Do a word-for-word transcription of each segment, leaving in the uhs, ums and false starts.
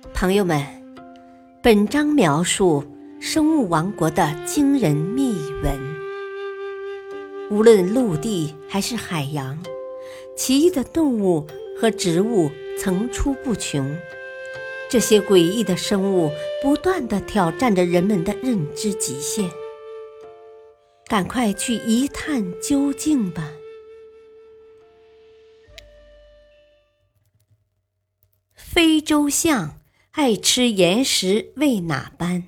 朋友们，本章描述生物王国的惊人秘闻。无论陆地还是海洋，奇异的动物和植物层出不穷。这些诡异的生物不断地挑战着人们的认知极限。赶快去一探究竟吧。非洲象爱吃岩石为哪般？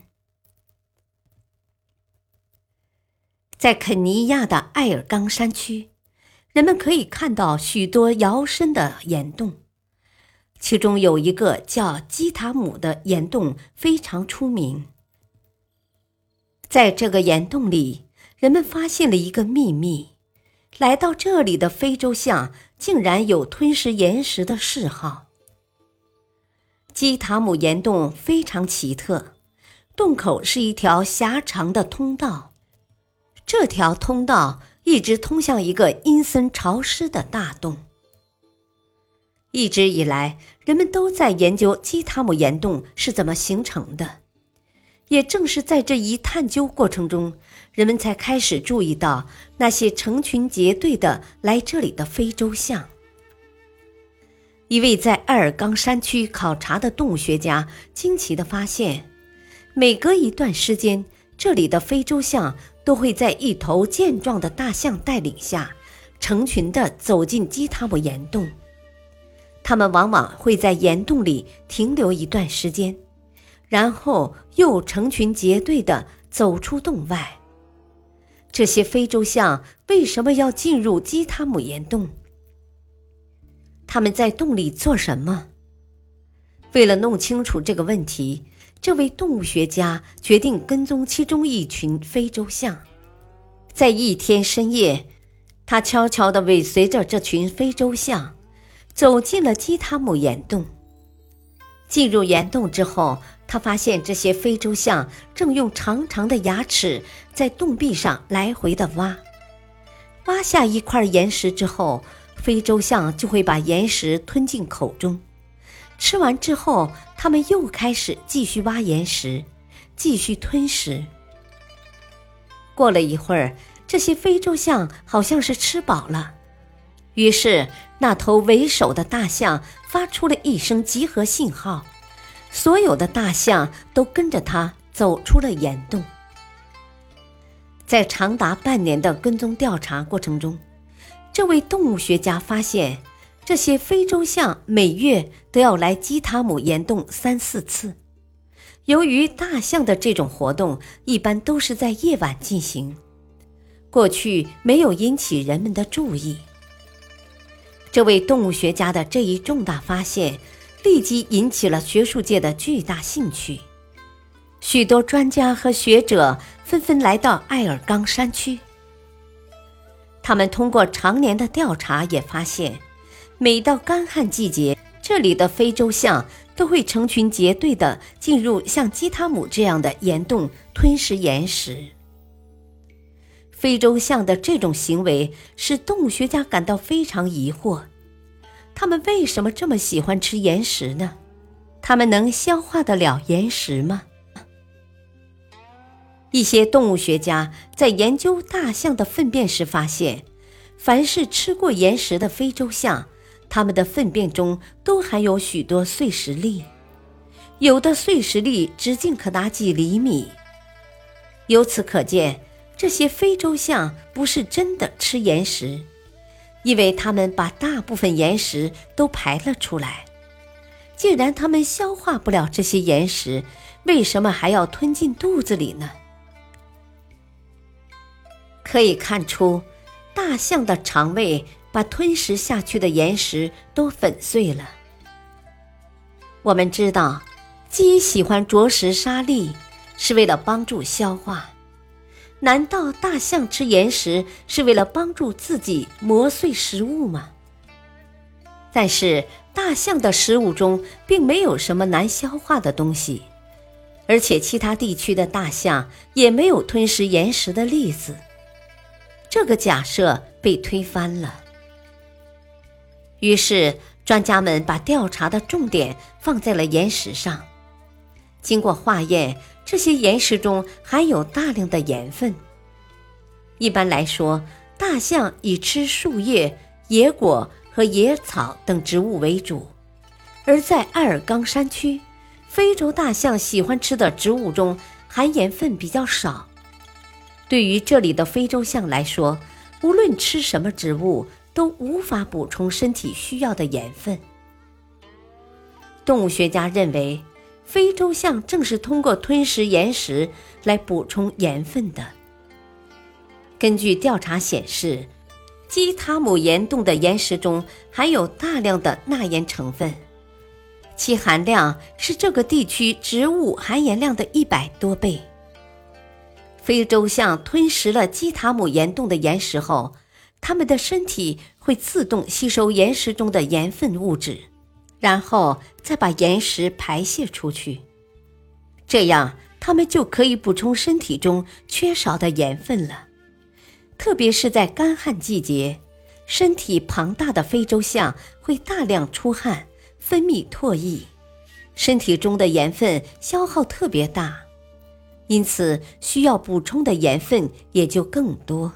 在肯尼亚的艾尔冈山区，人们可以看到许多摇身的岩洞，其中有一个叫基塔姆的岩洞非常出名。在这个岩洞里，人们发现了一个秘密，来到这里的非洲象竟然有吞食岩石的嗜好。基塔姆岩洞非常奇特，洞口是一条狭长的通道，这条通道一直通向一个阴森潮湿的大洞。一直以来，人们都在研究基塔姆岩洞是怎么形成的，也正是在这一探究过程中，人们才开始注意到那些成群结队的来这里的非洲象。一位在艾尔冈山区考察的动物学家惊奇地发现，每隔一段时间，这里的非洲象都会在一头健壮的大象带领下，成群地走进基塔姆岩洞。它们往往会在岩洞里停留一段时间，然后又成群结队地走出洞外。这些非洲象为什么要进入基塔姆岩洞？他们在洞里做什么？为了弄清楚这个问题，这位动物学家决定跟踪其中一群非洲象。在一天深夜，他悄悄地尾随着这群非洲象，走进了基塔姆岩洞。进入岩洞之后，他发现这些非洲象正用长长的牙齿在洞壁上来回地挖。挖下一块岩石之后，非洲象就会把岩石吞进口中，吃完之后，它们又开始继续挖岩石，继续吞食。过了一会儿，这些非洲象好像是吃饱了，于是那头为首的大象发出了一声集合信号，所有的大象都跟着它走出了岩洞。在长达半年的跟踪调查过程中，这位动物学家发现，这些非洲象每月都要来基塔姆岩洞三四次。由于大象的这种活动一般都是在夜晚进行，过去没有引起人们的注意。这位动物学家的这一重大发现立即引起了学术界的巨大兴趣，许多专家和学者纷纷来到艾尔冈山区。他们通过常年的调查也发现，每到干旱季节，这里的非洲象都会成群结队地进入像基塔姆这样的岩洞吞食岩石。非洲象的这种行为使动物学家感到非常疑惑，它们为什么这么喜欢吃岩石呢？它们能消化得了岩石吗？一些动物学家在研究大象的粪便时发现，凡是吃过岩石的非洲象，它们的粪便中都含有许多碎石粒，有的碎石粒直径可达几厘米。由此可见，这些非洲象不是真的吃岩石，因为它们把大部分岩石都排了出来。既然它们消化不了这些岩石，为什么还要吞进肚子里呢？可以看出，大象的肠胃把吞食下去的岩石都粉碎了。我们知道，鸡喜欢啄食沙粒，是为了帮助消化。难道大象吃岩石是为了帮助自己磨碎食物吗？但是，大象的食物中并没有什么难消化的东西，而且其他地区的大象也没有吞食岩石的例子。这个假设被推翻了。于是专家们把调查的重点放在了岩石上。经过化验，这些岩石中含有大量的盐分。一般来说，大象以吃树叶、野果和野草等植物为主，而在艾尔冈山区，非洲大象喜欢吃的植物中含盐分比较少。对于这里的非洲象来说，无论吃什么植物，都无法补充身体需要的盐分。动物学家认为，非洲象正是通过吞食岩石来补充盐分的。根据调查显示，基塔姆岩洞的岩石中含有大量的钠盐成分，其含量是这个地区植物含盐量的一百多倍。非洲象吞食了基塔姆岩洞的岩石后，它们的身体会自动吸收岩石中的盐分物质，然后再把岩石排泄出去，这样它们就可以补充身体中缺少的盐分了。特别是在干旱季节，身体庞大的非洲象会大量出汗，分泌唾液，身体中的盐分消耗特别大，因此需要补充的盐分也就更多。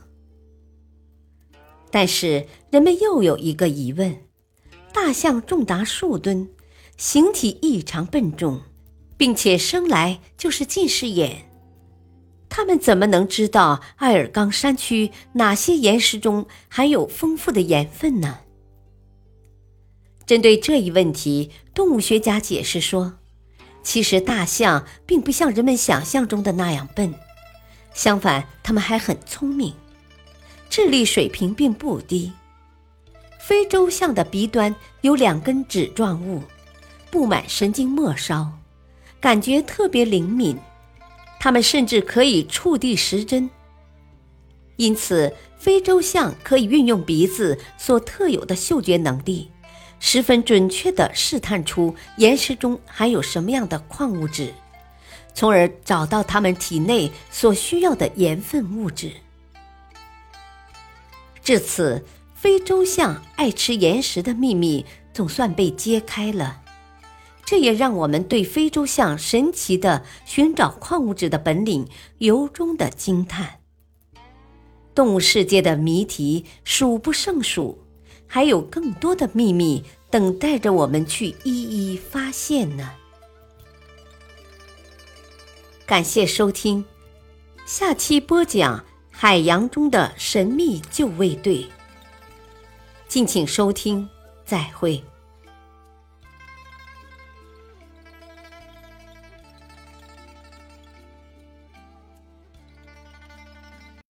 但是人们又有一个疑问，大象重达数吨，形体异常笨重，并且生来就是近视眼，它们怎么能知道艾尔冈山区哪些岩石中含有丰富的盐分呢？针对这一问题，动物学家解释说，其实大象并不像人们想象中的那样笨，相反，它们还很聪明，智力水平并不低。非洲象的鼻端有两根指状物，布满神经末梢，感觉特别灵敏，它们甚至可以触地时针。因此，非洲象可以运用鼻子所特有的嗅觉能力，十分准确地试探出岩石中含有什么样的矿物质，从而找到它们体内所需要的盐分物质。至此，非洲象爱吃岩石的秘密总算被揭开了，这也让我们对非洲象神奇的寻找矿物质的本领由衷的惊叹。动物世界的谜题数不胜数，还有更多的秘密等待着我们去一一发现呢。感谢收听，下期播讲海洋中的神秘救卫队。敬请收听，再会。